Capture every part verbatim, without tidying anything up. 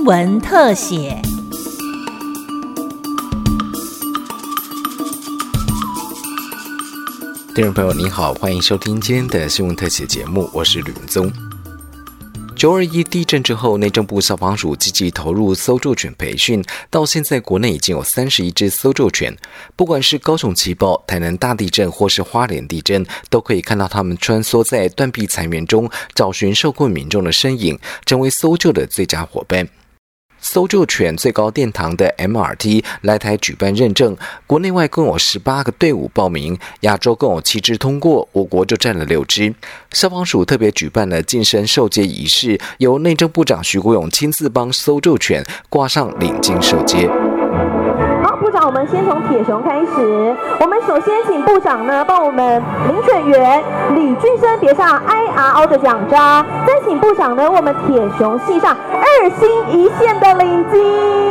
闻特写。 听众朋友您好，欢迎收听今天的新闻特写节目，我是吕文宗。九二一地震之后，内政部消防署积极投入搜救犬培训，到现在国内已经有三十一只搜救犬。不管是高雄奇爆、台南大地震或是花莲地震，都可以看到它们穿梭在断壁残垣中，找寻受困民众的身影，成为搜救的最佳伙伴。搜救犬最高殿堂的 M R T 来台举办认证，国内外共有十八个队伍报名，亚洲共有七支通过，我国就占了六支。消防署特别举办了晋升授阶仪式，由内政部长徐国勇亲自帮搜救犬挂上领巾授阶。 好，部长，我们先从铁熊开始。我们首先请部长呢帮我们领犬员李俊生别上 I R O 的奖章，再请部长呢我们铁熊系上二星一线的领巾。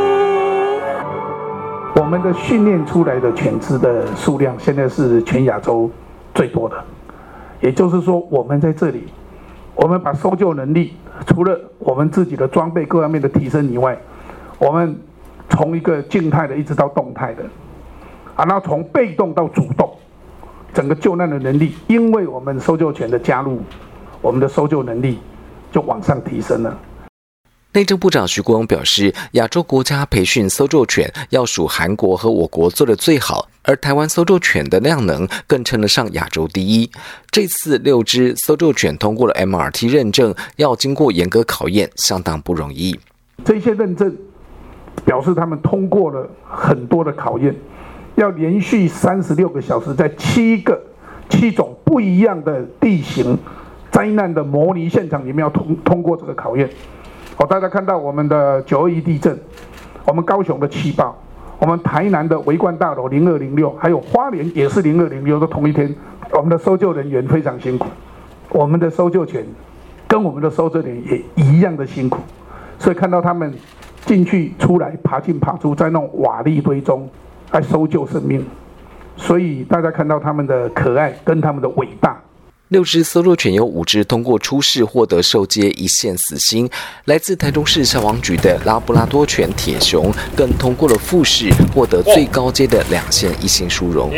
我们的训练出来的犬只的数量现在是全亚洲最多的，也就是说我们在这里，我们把搜救能力除了我们自己的装备各方面的提升以外，我们从一个静态的一直到动态的，啊，然后从被动到主动，整个救难的能力，因为我们搜救犬的加入，我们的搜救能力就往上提升了。 内政部长徐国勇表示，亚洲国家培训搜救犬要数韩国和我国做得最好，而台湾搜救犬的量能更称得上亚洲第一。这次六只搜救犬通过了 M R T 认证，要经过严格考验，相当不容易。 这些认证表示他们通过了很多的考验，要连续三十六个小时在七个七种不一样的地形灾难的模拟现场里面要通通过这个考验。哦，大家看到我们的九二一地震，我们高雄的气爆，我们台南的维冠大楼零二零六，还有花莲也是零二零六，都同一天。我们的搜救人员非常辛苦，我们的搜救犬跟我们的搜救人员也一样的辛苦，所以看到他们进去出来爬进爬出，在那种瓦砾堆中来搜救生命，所以大家看到他们的可爱跟他们的伟大。 六只搜救犬有五只通过初试获得授阶一线死星，来自台中市消防局的拉布拉多犬铁熊更通过了复试，获得最高阶的两线一星殊荣。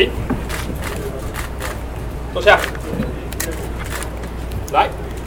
坐下，来。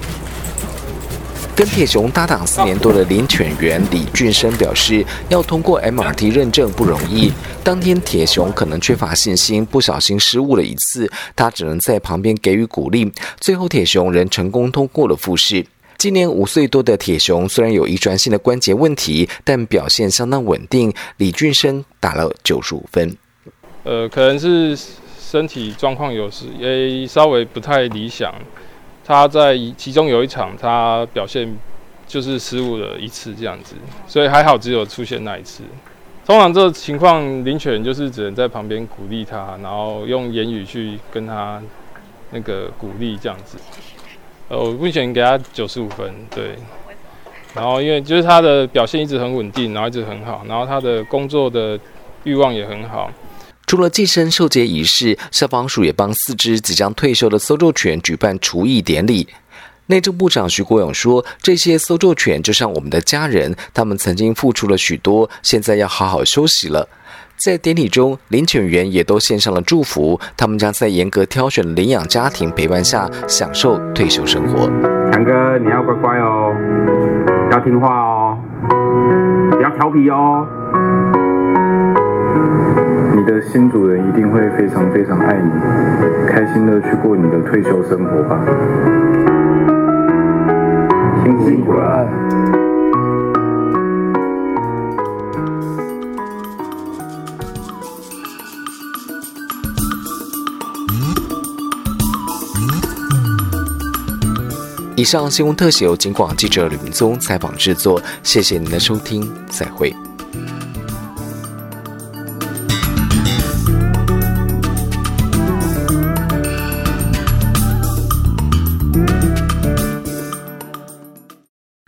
跟铁熊搭档四年多的领犬员李俊生表示，要通过 M R T 认证不容易。当天铁熊可能缺乏信心，不小心失误了一次，他只能在旁边给予鼓励。最后铁熊仍成功通过了复试。今年五岁多的铁熊虽然有遗传性的关节问题，但表现相当稳定。李俊生打了九十五分。 呃，可能是身体状况有时也稍微不太理想。他在其中有一场，他表现就是失误了一次这样子，所以还好只有出现那一次。通常这个情况，领犬就是只能在旁边鼓励他，然后用言语去跟他那个鼓励这样子。呃，我目前给他九十五分，对。然后因为就是他的表现一直很稳定，然后一直很好，然后他的工作的欲望也很好。 除了晋升授阶仪式，消防署也帮四只即将退休的搜救犬举办除役典礼。内政部长徐国勇说，这些搜救犬就像我们的家人，他们曾经付出了许多，现在要好好休息了。在典礼中，领犬员也都献上了祝福，他们将在严格挑选的领养家庭陪伴下，享受退休生活。 强哥，你要乖乖哦，要听话哦，不要调皮哦。 你的新主人一定会非常非常爱你，开心的去过你的退休生活吧。辛苦了。 以上新闻特写由警广记者吕明宗采访制作，谢谢您的收听，再会。